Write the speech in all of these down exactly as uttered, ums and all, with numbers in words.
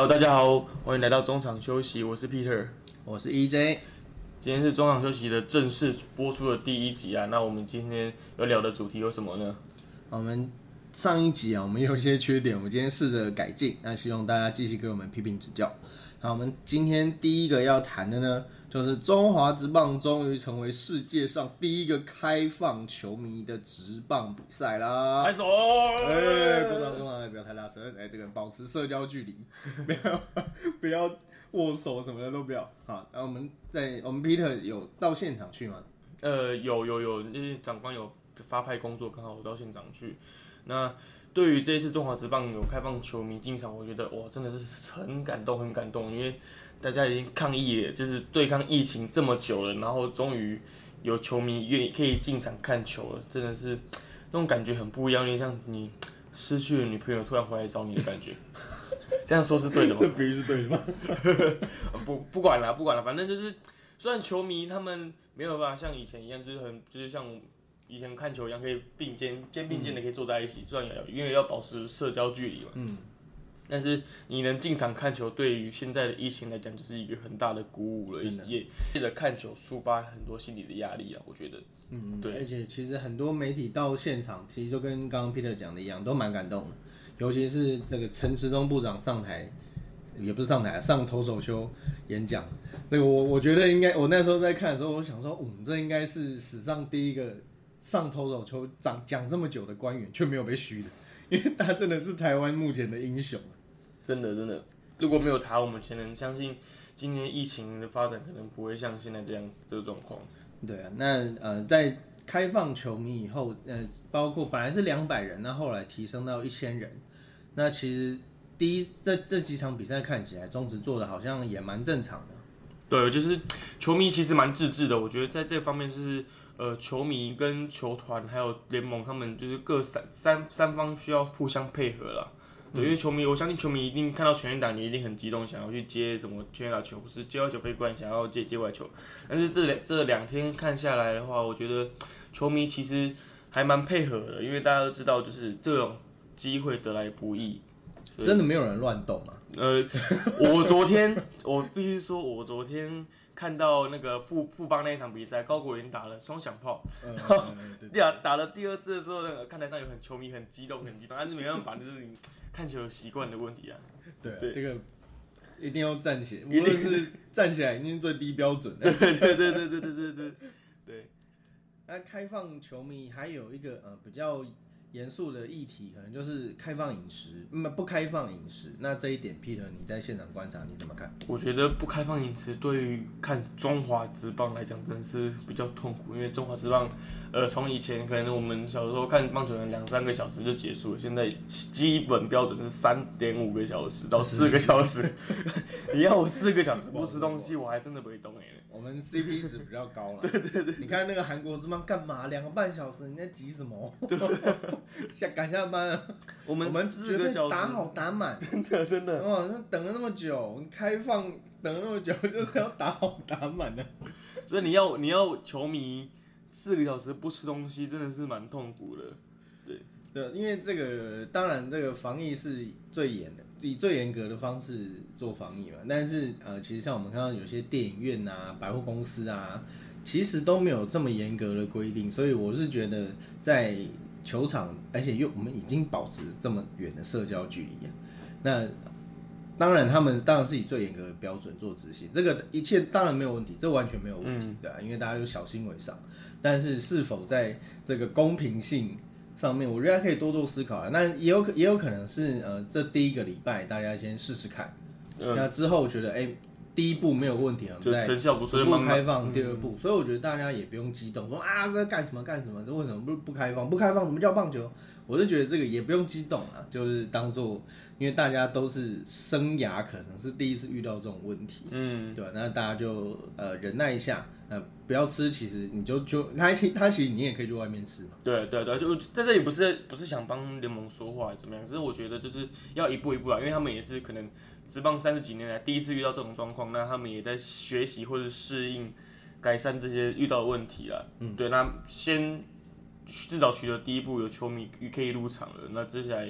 Hello， 大家好，欢迎来到中场休息，我是 Peter， 我是 E J。 今天是中场休息的正式播出的第一集啊。那我们今天要聊的主题有什么呢？ 我们上一集啊，我们有一些缺点，我们今天试着改进，那希望大家继续给我们批评指教。好，我们今天第一个要谈的呢，就是中华职棒终于成为世界上第一个开放球迷的职棒比赛啦！ 拍手！ 哎，鼓掌鼓掌，不要太大声，哎，这个保持社交距离，不要不要握手什么的都不要。好，然后我们在我们 Peter 有到现场去吗？ 呃，有有有，因为长官有发派工作，刚好我到现场去。那对于这一次中华职棒有开放球迷进场，我觉得哇，真的是很感动，很感动，因为大家已经抗议了，就是对抗疫情这么久了，然后终于有球迷愿意可以进场看球了，真的是那种感觉很不一样，有点像你失去了女朋友突然回来找你的感觉。这样说是对的吗？ 这比喻是对的吗？ 不不管了，不管了，反正就是虽然球迷他们没有办法像以前一样，就是很就是像以前看球一样，可以并肩肩并肩的可以坐在一起，虽然要因为要保持社交距离嘛，嗯，但是你能进场看球，对于现在的疫情来讲，就是一个很大的鼓舞了，也借着看球抒发很多心理的压力啊，我觉得， 嗯，对，而且其实很多媒体到现场，其实就跟刚刚 Peter 讲的一样，都蛮感动的，尤其是这个陈时中部长上台。也不是上台，上投手丘演讲。那个我我觉得应该，我那时候在看的时候，我想说，嗯，这应该是史上第一个上投手丘讲讲这么久的官员，却没有被嘘的，因为他真的是台湾目前的英雄。 真的真的，如果没有他，我们才能相信今年疫情的发展可能不会像现在这样这个状况。 对啊，那呃，在开放球迷以后，呃，包括本来是两百人，那后来提升到一千人，那其实。第一，这这几场比赛看起来，中职做的好像也蛮正常的。 对，就是球迷其实蛮自制的，我觉得在这方面是呃，球迷跟球团还有联盟他们就是各三三三方需要互相配合啦。对，嗯、因为球迷，我相信球迷一定看到全垒打，你一定很激动，想要去接什么全垒打球，或是接外球飞过来，想要接接外球。但是这两这两天看下来的话，我觉得球迷其实还蛮配合的，因为大家都知道，就是这种机会得来不易。 真的没有人乱动啊！ 呃，我昨天我必须说，我昨天看到那个富富邦那一场比赛，高国林打了双响炮， 嗯嗯、 打打了第二次的时候，那个看台上有很球迷很激动很激动，但是没办法，就是你看球习惯的问题啊。 对啊，对，这个一定要站起来，无论是站起来，一定是最低标准的。 对对对对对对对对对。 那开放球迷还有一个呃比较。严肃的议题可能就是开放饮食，嗯，不开放饮食。那这一点 ，Peter， 你在现场观察，你怎么看？ 我觉得不开放饮食对于看中华职棒来讲，真的是比较痛苦，因为中华职棒，呃，从以前可能我们小时候看棒球，两三个小时就结束了，现在基本标准是三点五个小时到四个小时。你要我四个小时不吃东西，我还真的不会动哎。 我们 C P 值比较高了。 对对对。 你看那个韩国职棒干嘛？两个半小时，你在急什么？下赶下班了， 我们四个小时打好打满， 真的真的。 哦，那等了那么久，开放等了那么久，就是要打好打满的。 所以你要你要球迷四个小时不吃东西，真的是蛮痛苦的。对对，因为这个当然这个防疫是最严的，以最严格的方式做防疫嘛。但是呃，其实像我们看到有些电影院啊、百货公司啊，其实都没有这么严格的规定，所以我是觉得在球场，而且又我们已经保持这么远的社交距离、啊，那当然他们当然是以最严格的标准做执行，这个一切当然没有问题，这完全没有问题，嗯、对啊，因为大家就小心为上。但是是否在这个公平性上面，我觉得可以多做思考啊。那也有也有可能是呃，这第一个礼拜大家先试试看，嗯、那之后觉得哎。欸第一步没有问题了， 就成效不错， 逐步开放第二步，嗯、所以我觉得大家也不用激动，说啊这干什么干什么，这为什么不不开放？不开放怎么叫棒球？我是觉得这个也不用激动啊，就是当做，因为大家都是生涯可能是第一次遇到这种问题，嗯，对吧？那大家就呃忍耐一下，呃不要吃，其实你就就他他其实你也可以去外面吃嘛。 对对对，就在这里不是不是想帮联盟说话怎么样，只是我觉得就是要一步一步啊，因为他们也是可能。职棒三十几年来第一次遇到这种状况，那他们也在学习或者适应、改善这些遇到的问题啦。嗯，对，那先至少取得第一步，有球迷可以入场了，那接下来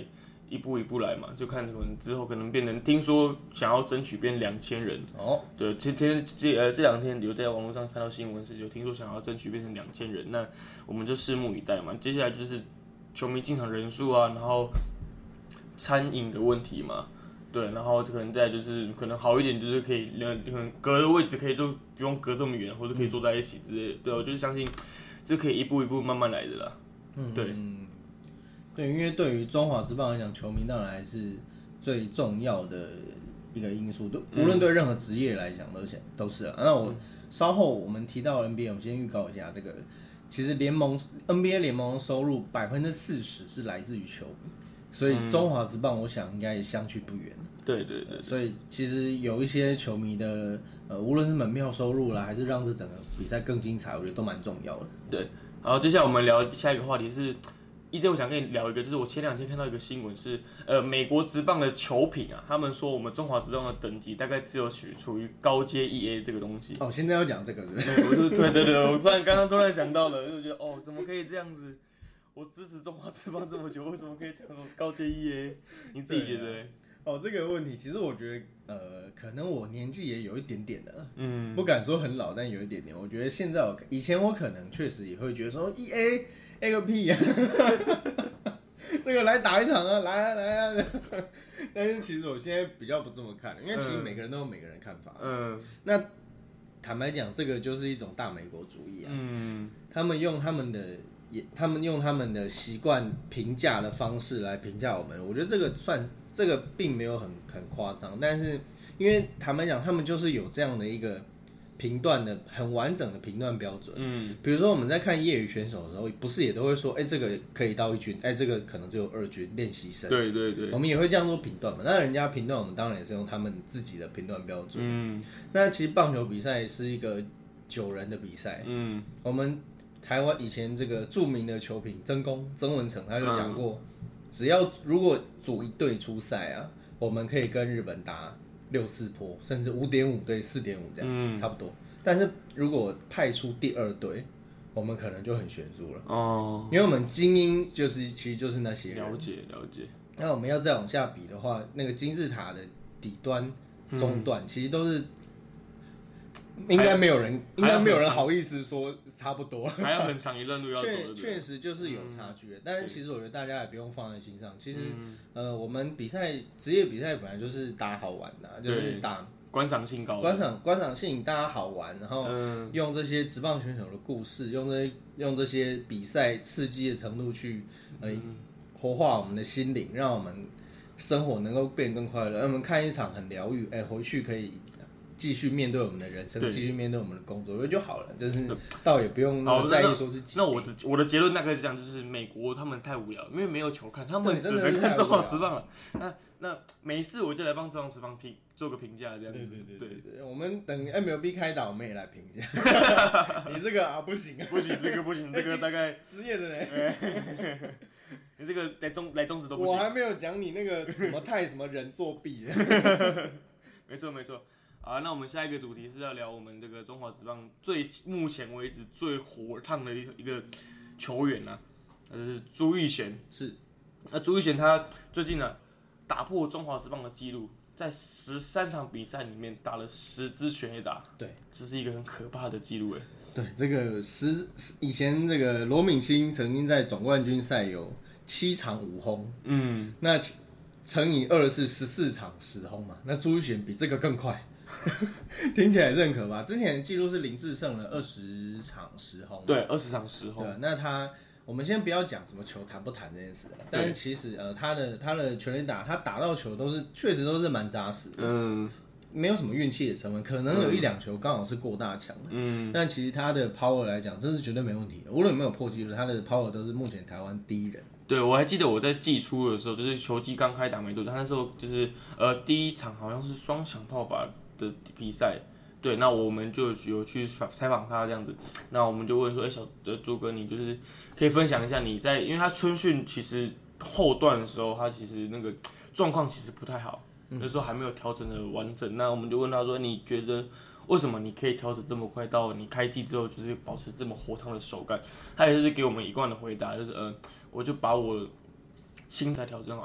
一步一步来嘛，就看可能之后可能变成，听说想要争取变两千人哦， 对，今天这呃这两天有在网络上看到新闻是有听说想要争取变成两千人，那我们就拭目以待嘛。接下来就是球迷进场人数啊，然后餐饮的问题嘛，对，然后可能再就是可能好一点，就是可以可能隔的位置可以就不用隔这么远，或者可以坐在一起之类的。对，我就是相信这可以一步一步慢慢来的啦。 嗯， 对。 对，因为对于中华职棒来讲，球迷当然还是最重要的一个因素，都无论对任何职业来讲都是都是啊。那我稍后我们提到 N B A， 我们先预告一下这个，其实联盟 N B A 联盟的收入百分之四十是来自于球迷，所以中华职棒我想应该也相去不远。 对对 对, 对， 所以其实有一些球迷的呃，无论是门票收入啦，还是让这整个比赛更精彩，我觉得都蛮重要的。 对，然后接下来我们聊下一个话题是。一直我想跟你聊一个，就是我前两天看到一个新闻是，呃，美国职棒的球评啊，他们说我们中华职棒的等级大概只有处于高阶 E A 这个东西。 哦，现在要讲这个是不是？ 对对对对，我突然刚刚突然想到了，就觉得哦，怎么可以这样子？我支持中华职棒这么久，为什么可以讲说高阶 E A？ 你自己觉得呢？ 哦，这个问题其实我觉得，呃，可能我年纪也有一点点的， 嗯， 不敢说很老，但有一点点。我觉得现在我以前我可能确实也会觉得说 E A。A 个屁呀、啊！这个来打一场啊，来啊来啊！但是其实我现在比较不这么看，因为其实每个人都有每个人看法。嗯。那坦白讲，这个就是一种大美国主义啊。嗯。他们用他们的也，他们用他们的习惯评价的方式来评价我们，我觉得这个算这个并没有很很夸张，但是因为坦白讲，他们就是有这样的一个。评断的很完整的评断标准，嗯，比如说我们在看业余选手的时候，不是也都会说，哎、欸，这个可以到一军，哎、欸，这个可能只有二军练习生， 对对对， 我们也会这样做评断嘛。那人家评断，我们当然也是用他们自己的评断标准，嗯。那其实棒球比赛是一个九人的比赛，嗯，我们台湾以前这个著名的球评曾公曾文成他就讲过，嗯、只要如果组一队出赛啊，我们可以跟日本打。六四波，甚至五点五对四点五这样，嗯、差不多。但是如果派出第二队，我们可能就很悬殊了哦，因为我们精英就是其实就是那些人。 了解了解。 那我们要再往下比的话，那个金字塔的底端、中段、嗯、其实都是。应该没有人，应该没有人好意思说差不多， 还有很长一段路要走的。 确实就是有差距的，嗯、但是其实我觉得大家也不用放在心上。其实，嗯、呃，我们比赛职业比赛本来就是打好玩的、啊，就是打观赏性高的， 观赏观赏性大家好玩，然后用这些职棒选手的故事，用这用这些比赛刺激的程度去，呃，嗯、活化我们的心灵，让我们生活能够变得更快乐。让我们看一场很疗愈，哎、欸，回去可以。继续面对我们的人生，继续面对我们的工作，就好了。就是倒也不用那么在意说是几。 那我的我的结论大概是这样，就是美国他们太无聊，因为没有球看，他们只能看中华职棒了。那那没事我就来帮中华职棒评做个评价，这样子。 对对对对对，我们等 M L B 开打，我们也来评价。你这个啊不行， 不行，这个不行，这个大概职业的人。 你这个来中来中职都不行。 我还没有讲你那个什么太什么人作弊。 没错没错。好，那我们下一个主题是要聊我们这个中华职棒最目前为止最火烫的一个球员啊，那就是朱育贤。 是， 那朱育贤他最近呢、啊、打破中华职棒的纪录，在十三场比赛里面打了十支全垒打。 对， 这是一个很可怕的纪录哎。 对，这个十以前这个罗敏清曾经在总冠军赛有七场五轰，嗯，那乘以二是十四场十轰嘛，那朱育贤比这个更快。听起来是很可怕。之前的记录是林志胜的二十场十轰， 对，二十场十轰。 对，那他我们先不要讲什么球弹不弹这件事，但是其实呃，他的他的全垒打，他打到球都是确实都是蛮扎实的，嗯，没有什么运气的成分，可能有一两球刚好是过大强的，嗯，但其实他的 power 来讲，这是绝对没问题的。无论有没有破纪录，他的 power 都是目前台湾第一人。 对，我还记得我在季初的时候，就是球季刚开打没多久，他那时候就是呃第一场好像是双响炮吧。的比赛，对，那我们就有去采访他这样子，那我们就问说，哎、欸，小的朱哥，你就是可以分享一下你在，因为他春训其实后段的时候，他其实那个状况其实不太好，那时候还没有调整的完整。那我们就问他说，你觉得为什么你可以调整这么快，到你开季之后就是保持这么火烫的手感？他也是给我们一贯的回答，就是呃，我就把我心态调整好。那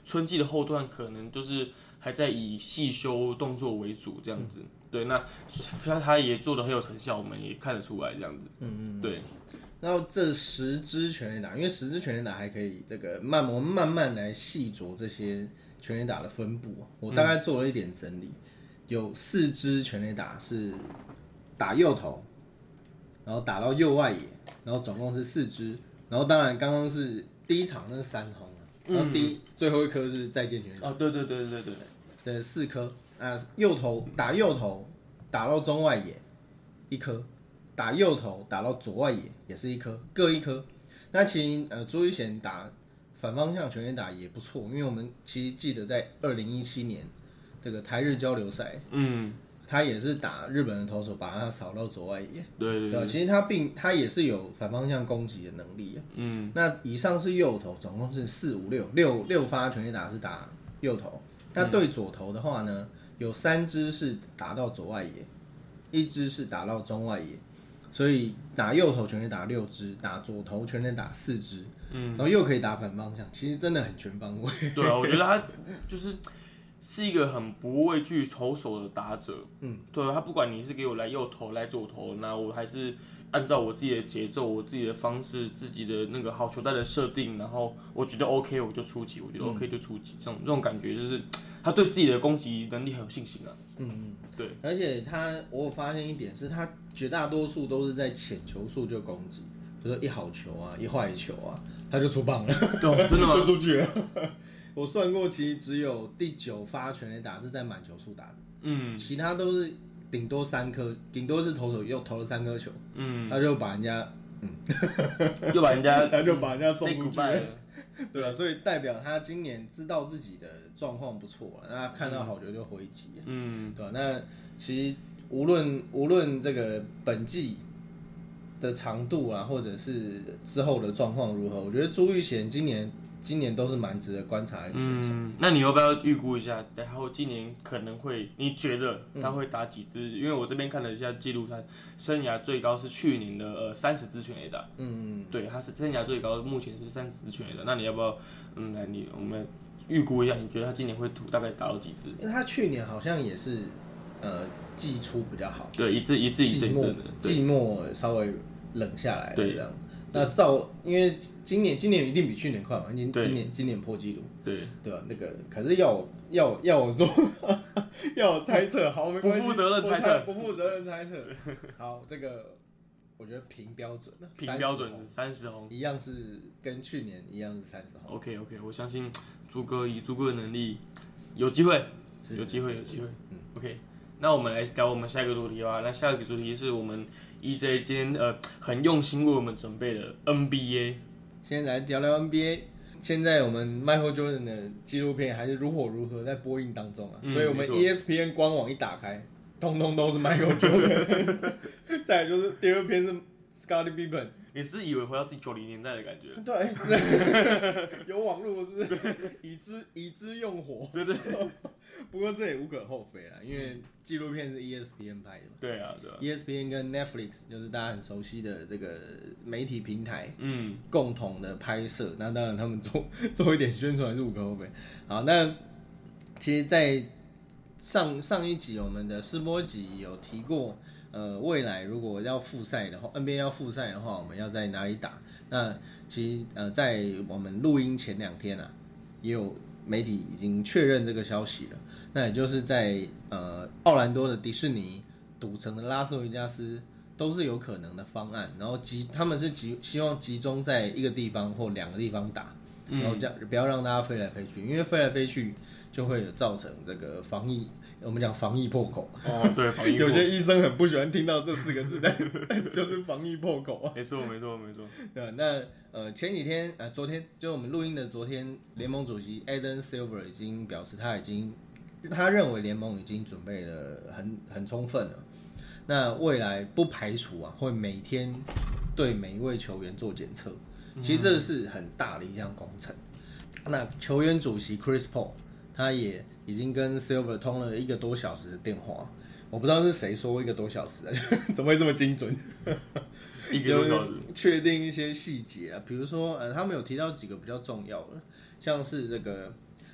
春季的后段可能就是还在以细修动作为主这样子。嗯、对，那他他也做的很有成效，我们也看得出来这样子。嗯嗯，对。 然后这十支全垒打，因为十支全垒打还可以这个慢我们慢慢来细琢这些全垒打的分布。我大概做了一点整理，嗯、有四支全垒打是打右投，然后打到右外野，然后总共是四支。然后当然刚刚是第一场那是三轰，然后第一、嗯、最后一颗是再见全垒打。 哦，对对对对对对，对四颗啊，右投打右投打到中外野一颗。打右投打到左外野也是一颗，各一颗。那其实呃朱一贤打反方向全垒打也不错，因为我们其实记得在二零一七年这个台日交流赛，嗯，他也是打日本的投手把他扫到左外野。 对对 对, 对，其实他并他也是有反方向攻击的能力啊。嗯，那以上是右投，总共是四五六六六发全垒打是打右投。那对左投的话呢，有三支是打到左外野，一支是打到中外野。所以打右投全垒打六支，打左投全垒打四支，嗯，然后又可以打反方向，其实真的很全方位。 对啊，我觉得他就是是一个很不畏惧投手的打者。嗯，对啊，他不管你是给我来右投来左投，那我还是按照我自己的节奏、我自己的方式、自己的那个好球带的设定，然后我觉得 OK 我就出击，我觉得 OK 就出击，这种这种感觉就是他对自己的攻击能力很有信心啊。嗯嗯，对， 而且他我有发现一点是他绝大多数都是在浅球速就攻击，比如说一好球啊、一坏球啊，他就出棒了， 哦、真的吗？ 就出去了。我算过，其实只有第九发全垒打是在满球速打的，嗯，其他都是顶多三颗，顶多是投手又投了三颗球，嗯，他就把人家，嗯， 又把人家， 他就把人家送出去了。对啊，所以代表他今年知道自己的状况不错，那看到好球就回击，嗯，对吧、啊？那其实无论无论这个本季的长度啊，或者是之后的状况如何，我觉得朱玉贤今年今年都是蛮值得观察的选手。 嗯，那你要不要预估一下，然后今年可能会，你觉得他会打几支？嗯、因为我这边看了一下记录，他生涯最高是去年的呃三十支全垒打。嗯，对，他是生涯最高，目前是三十支全垒打。那你要不要，嗯，来你我们预估一下，你觉得他今年会吐大概打到几支？ 因为他去年好像也是呃季初比较好， 对，一次一次一阵阵的， 季末稍微冷下来了这样。那照，因为今年今年一定比去年快嘛，今今年今年破纪录，对对吧？那个可是要我要我要我做要我猜测，好没关系， 不负责任猜测， 不负责任猜测。好，这个我觉得平标准了， 平标准三十红， 一样是跟去年一样是三十红。 OK OK， 我相信朱哥以朱哥的能力有机会，有机会有机会。嗯 ，OK。那我们来聊我们下一个主题吧。那下一个主题是我们 E J 今天呃很用心为我们准备的 N B A。 先来聊聊 N B A。现在我们 Michael Jordan 的纪录片还是如火如荼在播映当中啊，嗯、所以我们 E S P N 官网一打开，通通都是 Michael Jordan。再来就是第二篇是 Scottie Pippen。 你是以为回到自己九零年代的感觉？ 对，有网络是不是？以之以之用火， 对对。 不过这也无可厚非啦，因为纪录片是 E S P N 拍的嘛。 对啊，对啊。 E S P N 跟 Netflix 就是大家很熟悉的这个媒体平台，嗯，共同的拍摄。那当然他们做做一点宣传是无可厚非。好，那其实，在上上一集我们的试播集有提过。呃，未来如果要复赛的话 ，N B A 要复赛的话，我们要在哪里打？那其实呃，在我们录音前两天啊，也有媒体已经确认这个消息了。那也就是在呃奥兰多的迪士尼、赌城的拉斯维加斯都是有可能的方案。然后集他们是集希望集中在一个地方或两个地方打，然后这样不要让大家飞来飞去，因为飞来飞去就会有造成这个防疫。我们讲防疫破口哦，对，防疫破口。 有些医生很不喜欢听到这四个字，但就是防疫破口啊。 没错，没错，没错。 对，那呃前几天呃昨天就我们录音的昨天，联盟主席 Adam Silver 已经表示他已经他认为联盟已经准备的很很充分了。那未来不排除啊会每天对每一位球员做检测，其实这是很大的一项工程。那球员主席 Chris Paul 他也已经跟 Silver 通了一个多小时的电话，我不知道是谁说一个多小时的，怎么会这么精准？ 一个多小时， 确定一些细节啊，比如说呃，他们有提到几个比较重要的，像是这个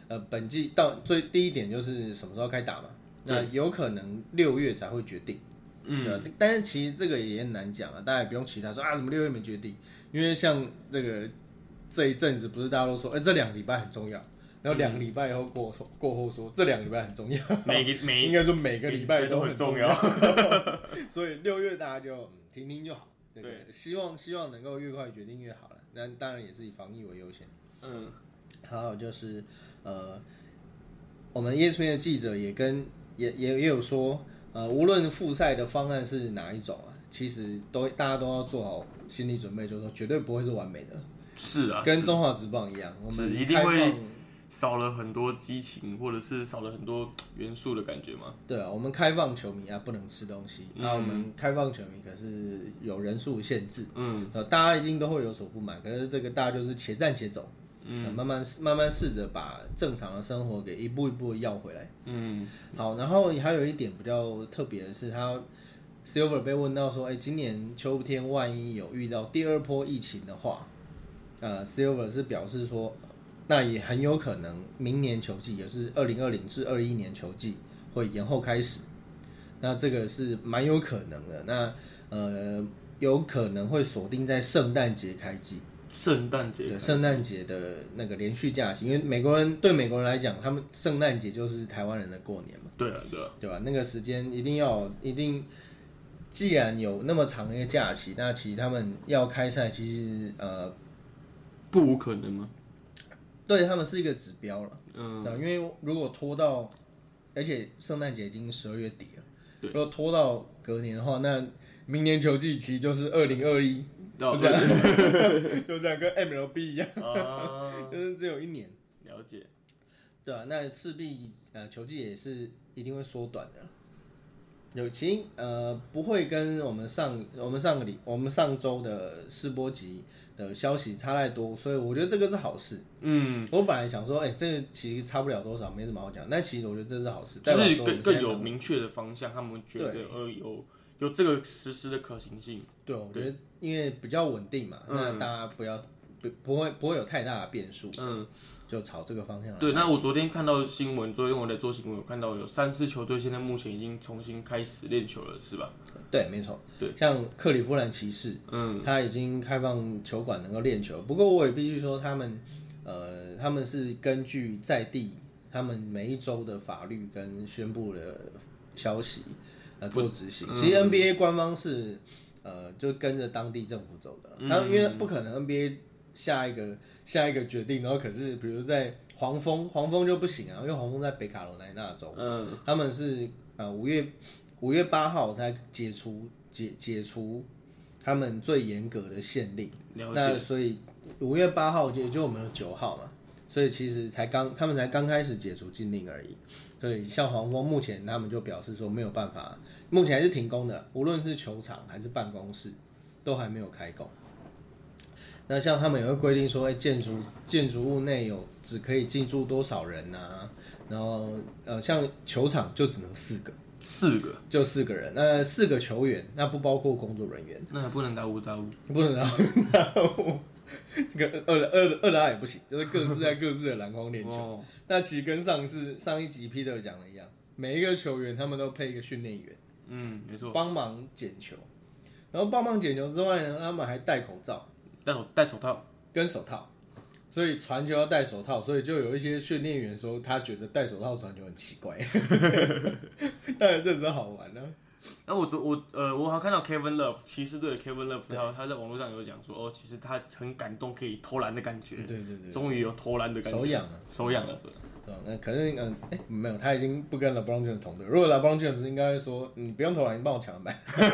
呃本季到最第一点就是什么时候开打嘛，那有可能六月才会决定。嗯，对，但是其实这个也很难讲啊，大家也不用期待说啊，怎么六月没决定？因为像这个这一阵子，不是大家都说，哎、欸，这两个礼拜很重要，然后两个礼拜以后过过后说这两个礼拜很重要， 每个每应该说每个礼拜都很重要，所以六月大家就、嗯、听听就好。这个、对，希望希望能够越快决定越好了。那当然也是以防疫为优先。嗯，还有就是呃，我们 E S P N 的记者也跟也也也有说。呃，无论复赛的方案是哪一种啊，其实都大家都要做好心理准备，就是说绝对不会是完美的。 是啊， 跟中华职棒一样，我们一定会少了很多激情，或者是少了很多元素的感觉吗？ 对啊，我们开放球迷啊，不能吃东西。那、嗯、我们开放球迷可是有人数限制，嗯，呃，大家一定都会有所不满，可是这个大家就是且战且走。嗯，慢慢慢慢试着把正常的生活给一步一步要回来。嗯，好，然后还有一点比较特别的是，他 Silver 被问到说，哎、欸，今年秋天万一有遇到第二波疫情的话，呃 ，Silver 是表示说，那也很有可能明年球季，也是二零二零至二一年球季会延后开始。那这个是蛮有可能的。那呃，有可能会锁定在圣诞节开季。 圣诞节， 圣诞节的那个连续假期，因为美国人对美国人来讲，他们圣诞节就是台湾人的过年嘛。 对啊，对啊， 对吧？那个时间一定要一定，既然有那么长的一个假期，那其实他们要开赛，其实呃不无可能吗？ 对他们是一个指标了。嗯，因为如果拖到，而且圣诞节已经十二月底了，如果拖到隔年的话，那明年球季其实就是二零二一。就这样，就这样跟 M L B 一样，啊、就是只有一年。 了解。 对啊，那势必呃球季也是一定会缩短的。有其实呃不会跟我们上我们上个礼我们上周的试播集的消息差太多，所以我觉得这个是好事。嗯，我本来想说，哎、欸，这个其实差不了多少，没什么好讲。但其实我觉得这是好事， 就是更更有明确的方向，他们觉得呃有。有这个实施的可行性， 对，我觉得因为比较稳定嘛，嗯、那大家不要不不会不会有太大的变数，嗯，就朝这个方向来。 对，那我昨天看到新闻，昨天我在做新闻，有看到有三支球队现在目前已经重新开始练球了，是吧？ 对，没错。对，像克利夫兰骑士，嗯，他已经开放球馆能够练球，不过我也必须说，他们呃他们是根据在地他们每一周的法律跟宣布的消息。呃，做执行。其实 N B A 官方是，呃，就跟着当地政府走的。他因为不可能 N B A 下一个下一个决定，然后可是比如在黄蜂，黄蜂就不行啊，因为黄蜂在北卡罗来纳州，嗯，他们是呃五月五月八号才解除解解除他们最严格的限令。那所以五月八号也就我们有九号嘛，所以其实才刚他们才刚开始解除禁令而已。所以像黄蜂目前他们就表示说没有办法，目前还是停工的，无论是球场还是办公室，都还没有开工。那像他们也会规定说，哎，建筑建筑物内有只可以进驻多少人啊？然后呃，像球场就只能四个， 四个就四个人，那四个球员，那不包括工作人员， 那还不能打五打五， 不能打五打五。这个二二二打也不行，就是各自在各自的篮筐练球。哦、那其实跟上次上一集 Peter 讲的一样，每一个球员他们都配一个训练员， 嗯，没错， 帮忙捡球。然后帮忙捡球之外呢，他们还戴口罩、 戴手戴手套跟手套，所以传球要戴手套，所以就有一些训练员说他觉得戴手套传球很奇怪。当然这只是好玩呢、啊。 那我昨我呃，我还看到 Kevin Love 骑士队的 Kevin Love， 他他在网络上有讲说，哦，其实他很感动，可以投篮的感觉。 对对对， 终于有投篮的感觉。 手痒了， 手痒了，是吧？ 对吧？那可是嗯，哎、欸，没有，他已经不跟 LeBron James 同队。如果 LeBron James 应该说，你不用投篮，你帮我抢篮板。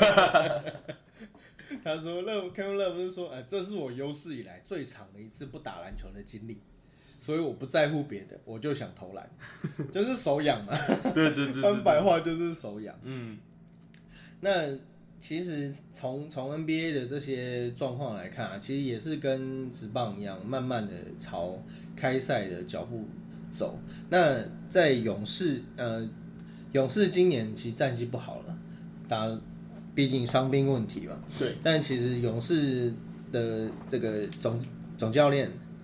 他说 Love Kevin Love 是说，哎，这是我有史以来最长的一次不打篮球的经历。所以我不在乎别的，我就想投篮，就是手痒嘛。 对对对， 翻白话就是手痒。嗯。那其实从从 N B A 的这些状况来看啊，其实也是跟职棒一样，慢慢的朝开赛的脚步走。那在勇士，呃，勇士今年其实战绩不好了，打毕竟伤兵问题嘛。 对。 但其实勇士的这个总总教练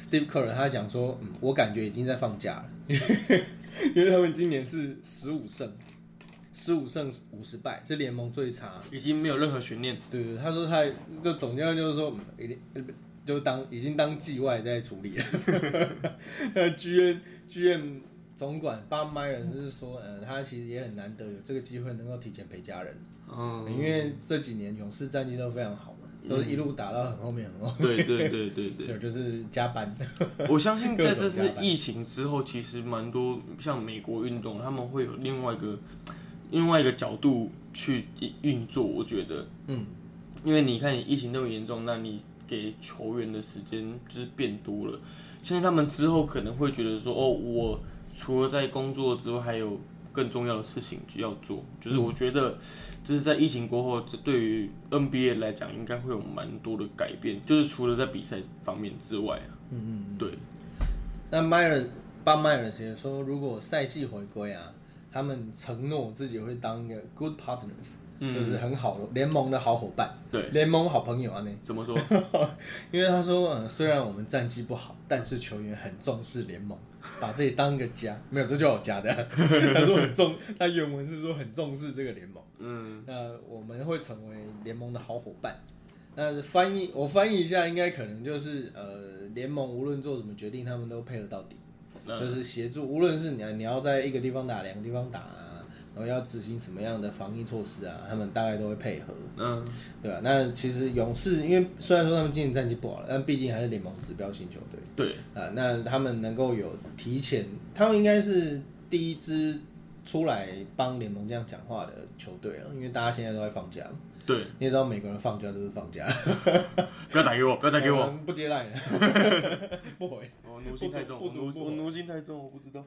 Steve Kerr 他讲说，嗯，我感觉已经在放假了，因为他们今年是十五胜，十五胜五十败，是联盟最差， 已经没有任何悬念。 对对，他说他就总教练就是说，嗯，就当已经当季外在处理了。那 G M G M 总管 Bob Myers 是说，呃，他其实也很难得有这个机会能够提前陪家人，嗯，因为这几年勇士战绩都非常好嘛，都是一路打到很后面很后面。 对对对对对， 对，就是加班。 我相信在这次疫情之后，其实蛮多像美国运动，他们会有另外一个另外一个角度去运作。我觉得，嗯，因为你看你疫情那么严重，那你给球员的时间就是变多了。现在他们之后可能会觉得说，哦，我除了在工作之外，还有更重要的事情要做。就是我觉得，就是在疫情过后，这对于 N B A 来讲，应该会有蛮多的改变。就是除了在比赛方面之外啊，嗯嗯，对。 那 Myers 巴 Myers 也说，如果赛季回归啊，他们承诺自己会当一个 good partners。嗯、就是很好的联盟的好伙伴， 对， 联盟好朋友啊，那怎么说？ 因为他说，呃，虽然我们战绩不好，但是球员很重视联盟，把这里当一个家，没有，这就我家的。他说很重，他原文是说很重视这个联盟。嗯，那我们会成为联盟的好伙伴。那翻译我翻译一下，应该可能就是呃，联盟无论做什么决定，他们都配合到底，嗯、就是协助，无论是你你要在一个地方打，两个地方打、啊。然后要执行什么样的防疫措施啊？他们大概都会配合，嗯，对吧、啊？那其实勇士，因为虽然说他们今年战绩不好，但毕竟还是联盟指标性球队， 对啊，那他们能够有提前，他们应该是第一支出来帮联盟这样讲话的球队了，因为大家现在都在放假， 对， 你也知道美国人放假都是放假， 不要打给我，不要打给我， 不接赖了，不回， 我奴性太重，我奴我奴性太重，我不知道。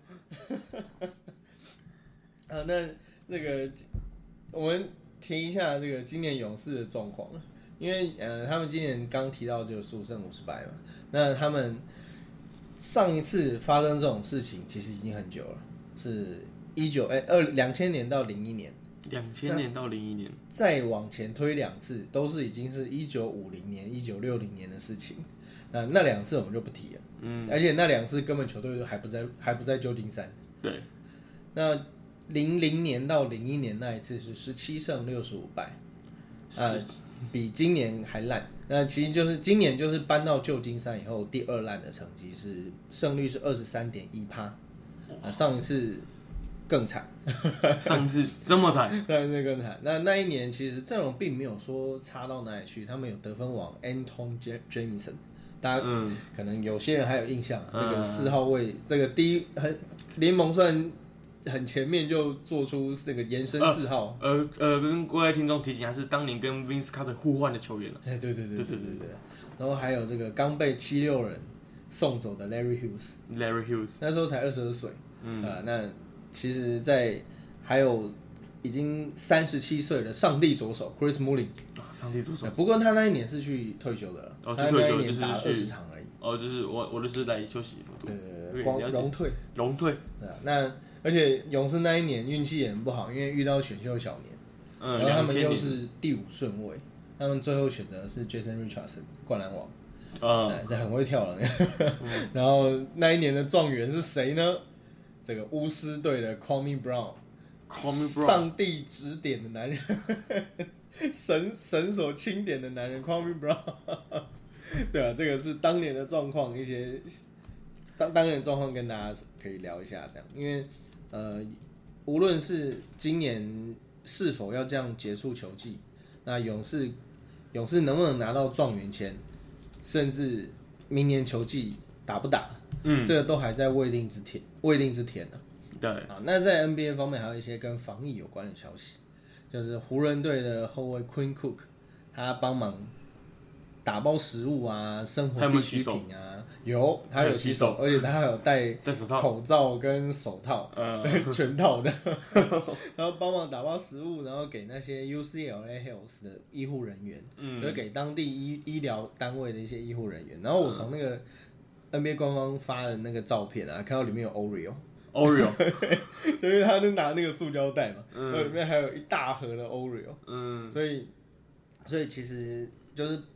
啊，那那个我们提一下这个今年勇士的状况，因为呃，他们今年刚提到只有十五胜五十败嘛，那他们上一次发生这种事情其实已经很久了，是一九哎二两千年到零一年， 两千年到零一年， 再往前推两次，都是已经是一九五零年、一九六零年的事情。那那两次我们就不提了，嗯，而且那两次根本球队都还不在，还不在旧金山。 对， 那零零年到零一年那一次是十七胜六十五败，呃，比今年还烂。那其实就是今年就是搬到旧金山以后第二烂的成绩是胜率是二十三点一趴，啊，上一次更惨， 上次这么惨， 上一次更惨。那那一年其实阵容并没有说差到哪里去，他们有得分王 Anton Jamison。大家可能有些人还有印象，嗯、这个四号位，这个第一很联盟算很前面就做出这个延伸四号。 呃呃，跟各位听众提醒，还是当年跟 Vince Carter 互换的球员了。 哎，对对对对对对对。然后还有这个刚被七六人送走的 Larry Hughes，Larry Hughes 那时候才二十二岁。嗯啊、呃，那其实，在还有已经三十七岁的上帝左手 Chris Mullin。 上帝左手。 不过他那一年是去退休的了， 哦，去退休就是打了二十场而已。 哦，就是我我就是来休息。 对对对，光荣退， 荣退。 对啊，那而且勇士那一年运气也很不好，因为遇到选秀小年，嗯，然后他们又是第五顺位，他们最后选择的是 Jason Richardson 灌篮王，啊、嗯，这很会跳了。嗯、然后那一年的状元是谁呢？这个巫师队的 Kwame Brown，Kwame Brown， 上帝指点的男人。神神所钦点的男人 Kwame Brown， 对啊，这个是当年的状况，一些当当年的状况跟大家可以聊一下，这样，因为呃，无论是今年是否要这样结束球季，那勇士勇士能不能拿到状元签，甚至明年球季打不打，嗯，这个都还在未定之天，未定之天呢、 啊。对啊，那在 N B A 方面还有一些跟防疫有关的消息。就是湖人队的后卫 Quinn Cook， 他帮忙打包食物啊，生活必需品啊，有他有洗手，而且他还有戴口罩跟手套，嗯、全套的，然后帮忙打包食物，然后给那些 U C L A Health 的医护人员，嗯，就是给当地医医疗单位的一些医护人员。然后我从那个 N B A 官方发的那个照片啊，看到里面有 Oreo。Oreo， 因为他就拿那个塑胶袋嘛，嗯、然后里面还有一大盒的 Oreo， 嗯，所以，所以其实就是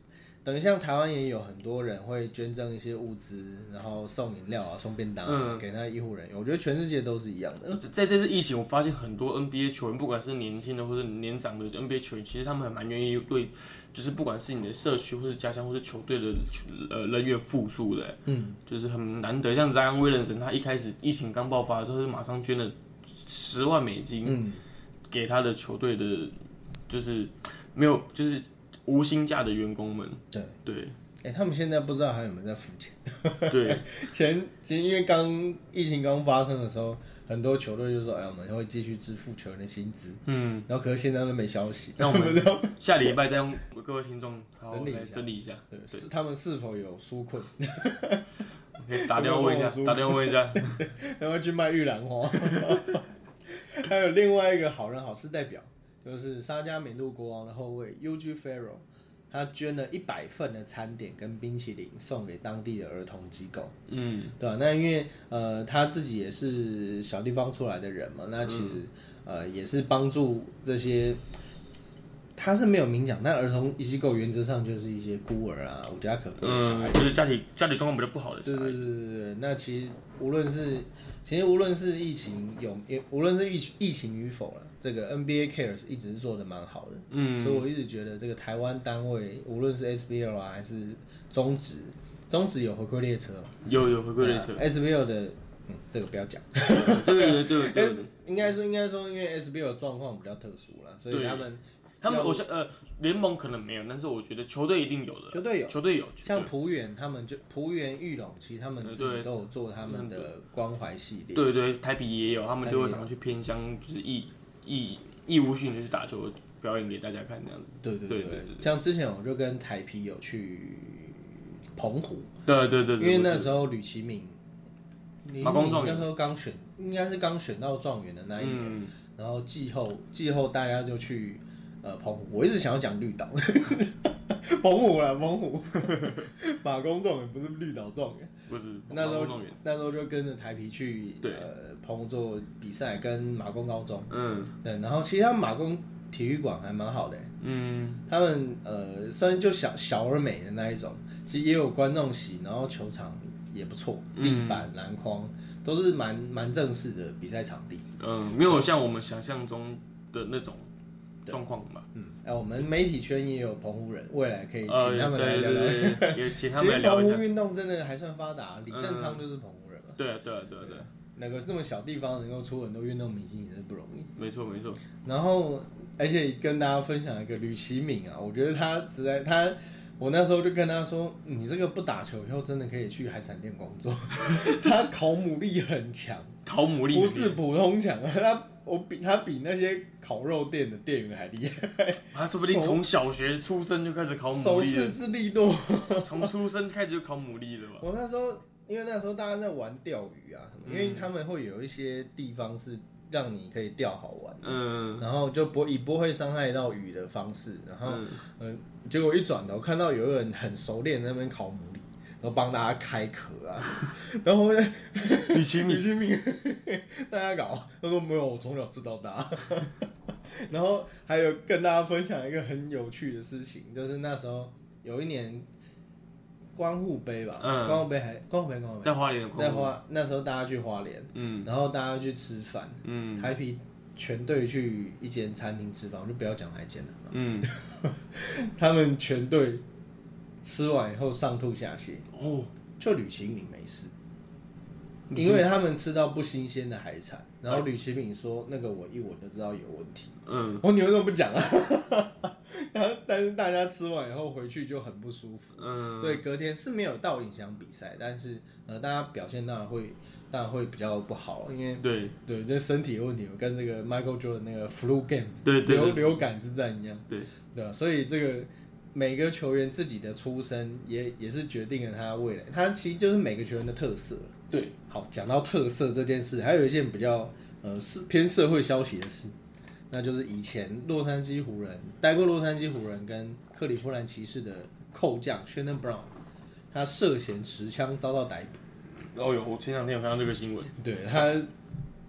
等于像台湾也有很多人会捐赠一些物资，然后送饮料啊、送便当、啊嗯、给那医护人员。我觉得全世界都是一样的。 在这次疫情，我发现很多 N B A 球员，不管是年轻的或者年长的 N B A 球员，其实他们还蛮愿意对，就是不管是你的社区或是家乡或是球队的呃人员付出的。嗯，就是很难得。像 Zion Williamson， 他一开始疫情刚爆发的时候，就马上捐了十万美金，嗯，给他的球队的，就是没有就是。无薪假的员工们， 对对， 哎、欸，他们现在不知道还有没有在付钱。 对， 前其实因为刚疫情刚发生的时候，很多球队就说，哎，我们会继续支付球员的薪资，嗯，然后可是现在都没消息。 那我们下礼拜再用各位听众整理一下， 整理一下， 对，对他们是否有纾困？ 可以打电话问一下，打电话问一下， 然后去卖玉兰花。还有另外一个好人好事代表。就是沙加缅度国王的后卫 U G Ferrell， 他捐了一百份的餐点跟冰淇淋送给当地的儿童机构。嗯，对吧、啊？那因为呃他自己也是小地方出来的人嘛，那其实、嗯、呃也是帮助这些。他是没有明讲，但儿童机构原则上就是一些孤儿啊、无家可归的小孩子、 嗯，就是家里家里状况比较不好的小孩子。 对对对对对，那其实无论是其实无论是疫情有，无论是疫疫情与否了，这个 N B A Cares 一直是做的蛮好的。嗯，所以我一直觉得这个台湾单位，无论是 S B L 啊还是中职，中职有回馈列车， 有有回馈列车、 啊、，S B L 的。嗯，这个不要讲。 这个这个这个， 应该说应该说，因为 S B L 的状况比较特殊啦，所以他们。 他们我想呃联盟可能没有，但是我觉得球队一定有的。 球队有， 球队有。 像璞园他们就璞园玉龙，其实他们自己都有做他们的关怀系列。 对对，台啤也有，他们就会常常去偏乡，就是义义义务性的去打球表演给大家看这样子。 对对对 对, 对, 对像之前我就跟台啤有去澎湖。 对对 对, 对。 因为那时候吕其敏， 马公状元那时候刚选，应该是刚选到状元的那一年，嗯、然后季后季后大家就去。呃，澎湖，我一直想要讲绿岛，澎湖啦，澎湖，马公状元不是绿岛状元， 不是， 那时候那时候就跟着台啤去呃澎湖做比赛，跟马公高中，嗯，对，然后其实他们马公体育馆还蛮好的、欸，嗯，他们呃虽然就小小而美的那一种，其实也有观众席，然后球场也不错，地板、篮筐都是蛮蛮正式的比赛场地， 嗯，没有像我们想象中的那种。状况吧， 嗯，哎、啊，我们媒体圈也有澎湖人，未来可以请他们来聊聊。 呃、对对对也请他们来聊一下。 其实澎湖运动真的还算发达，李正昌就是澎湖人嘛。 对啊，对啊，对啊，对啊。 那个那么小地方能够出很多运动明星也是不容易。 没错，没错。 然后，而且跟大家分享一个吕其敏啊，我觉得他实在他，我那时候就跟他说，你这个不打球以后真的可以去海产店工作。他考母力很强， 考母力不是普通强，他。我比他比那些烤肉店的店员还厉害， 他说不定从小学出生就开始考牡蛎了，手势之利落， 从出生开始就考牡蛎了吧？ 我那时候，因为那时候大家在玩钓鱼啊，因为他们会有一些地方是让你可以钓好玩的，嗯，然后就不以不会伤害到鱼的方式，然后，嗯，呃、结果一转头看到有个人很熟练在那边烤牡蛎。然后帮大家开壳啊，然后李其敏， 李其敏，大家搞，他说没有，我从小吃到大。然后还有跟大家分享一个很有趣的事情，就是那时候有一年光复杯吧，嗯、光复杯还光复杯光复杯在花莲， 在花那时候大家去花莲，嗯，然后大家去吃饭，嗯，台啤全队去一间餐厅吃饭，我就不要讲哪一间了，嗯，他们全队。吃完以后上吐下泻，哦，就吕其敏没事，因为他们吃到不新鲜的海产，然后吕其敏说那个我一闻就知道有问题，嗯，我你为什么不讲啊？但是大家吃完以后回去就很不舒服，嗯，所以隔天是没有到影响比赛，但是呃大家表现当然会当然会比较不好，因为对对这身体的问题，跟这个 Michael Jordan 那个 flu game 对对流流感之战一样， 对对吧？所以这个。每个球员自己的出身也也是决定了他未来，他其实就是每个球员的特色。 对， 好，讲到特色这件事，还有一件比较呃是偏社会消息的事，那就是以前洛杉矶湖人待过洛杉矶湖人跟克利夫兰骑士的扣将 Shannon Brown， 他涉嫌持枪遭到逮捕。 哦哟，我前两天有看到这个新闻。 对他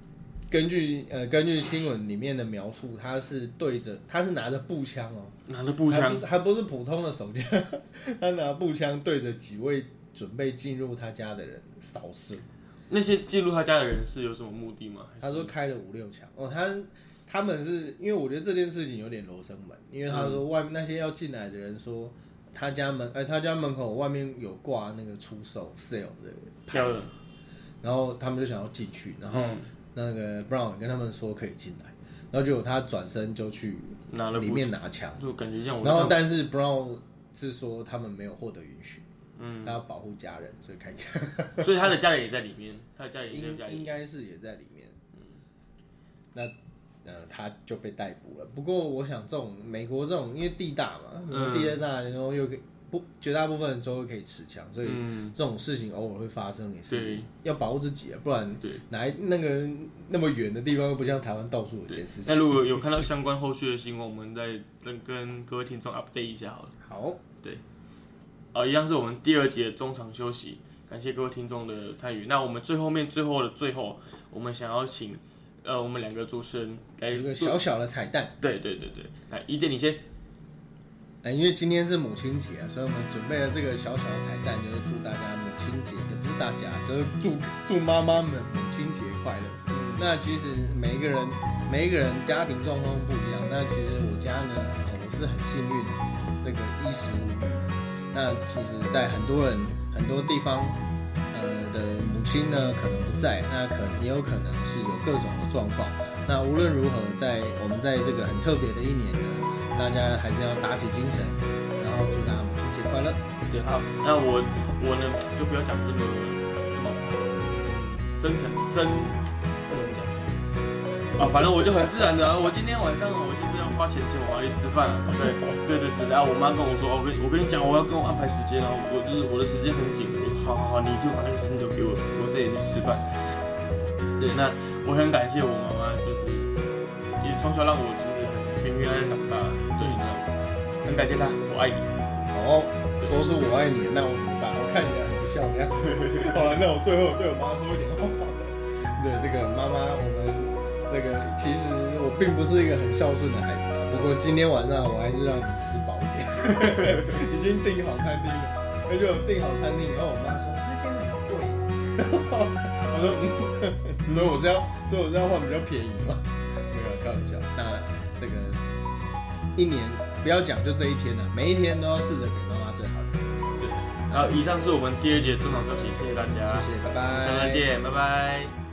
根据呃根据新闻里面的描述，他是对着他是拿着步枪哦， 拿着步枪， 还不是还不是普通的手枪，他拿步枪对着几位准备进入他家的人扫射。 那些进入他家的人是有什么目的吗？ 他说开了五六枪哦，他他们是因为我觉得这件事情有点罗生门，因为他说外面那些要进来的人说他家门哎、他家门口外面有挂那个出售 sale 的牌子，然后他们就想要进去，然后那个 Brown 跟他们说可以进来，然后结果他转身就去拿了里面拿枪， 就感觉像我。 然后但是 Brown 是说他们没有获得允许。 嗯， 他要保护家人，所以开枪。 所以他的家人也在里面，他的家人也在家里， 应该是也在里面。嗯，那呃他就被逮捕了。不过我想这种美国这种因为地大嘛，嗯、地大，然后又不绝大部分人都可以持枪，所以这种事情偶尔会发生，也是要保护自己啊，不然哪那个那么远的地方又不像台湾到处有监视器。 那如果有看到相关后续的新闻，我们再跟跟各位听众 update 一下好了。 好， 对。呃，一样是我们第二节中场休息，感谢各位听众的参与。那我们最后面最后的最后，我们想要请呃我们两个主持人来有一个小小的彩蛋。 对对对对，来，一姐你先。 哎，因为今天是母亲节啊，所以我们准备了这个小小的彩蛋，就是祝大家母亲节，也不是大家，就是祝祝妈妈们母亲节快乐。嗯、那其实每一个人每一个人家庭状况不一样，那其实我家呢，我是很幸运的，这个衣食无虞。那其实，在很多人很多地方，呃的母亲呢可能不在，那可能也有可能是有各种的状况。那无论如何，在我们在这个很特别的一年呢，大家还是要打起精神，然后祝大家母亲节快乐。 对，好，那我我呢就不要讲这个什么深层深，不能讲啊，反正我就很自然的、啊，我今天晚上我就是要花钱请我妈去吃饭啊，对不对？对对对，然后我妈跟我说，我跟我跟你讲，我要跟我安排时间，然后我就是我的时间很紧，我说好好好，你就把那个时间留给我，我这里去吃饭。对，那我很感谢我妈妈，就是也从小让我就是很平平安安长大，对，那很感谢她，我爱你。 好，说出我爱你，那我怎么办？我看起来很不像那样子。好了，那我最后对我妈说一点话。对，这个妈妈，我们那个其实我并不是一个很孝顺的孩子，不过今天晚上我还是让你吃饱一点。已经订好餐厅了，那就订好餐厅，然后我妈说那间很贵，我说嗯，所以我是要，所以我是要换比较便宜嘛。没有开玩笑，那这个一年不要讲就这一天了，每一天都要试着给妈妈最好的。 对，然后以上是我们第二节中场休息，谢谢大家， 谢谢，拜拜， 下次再见，拜拜。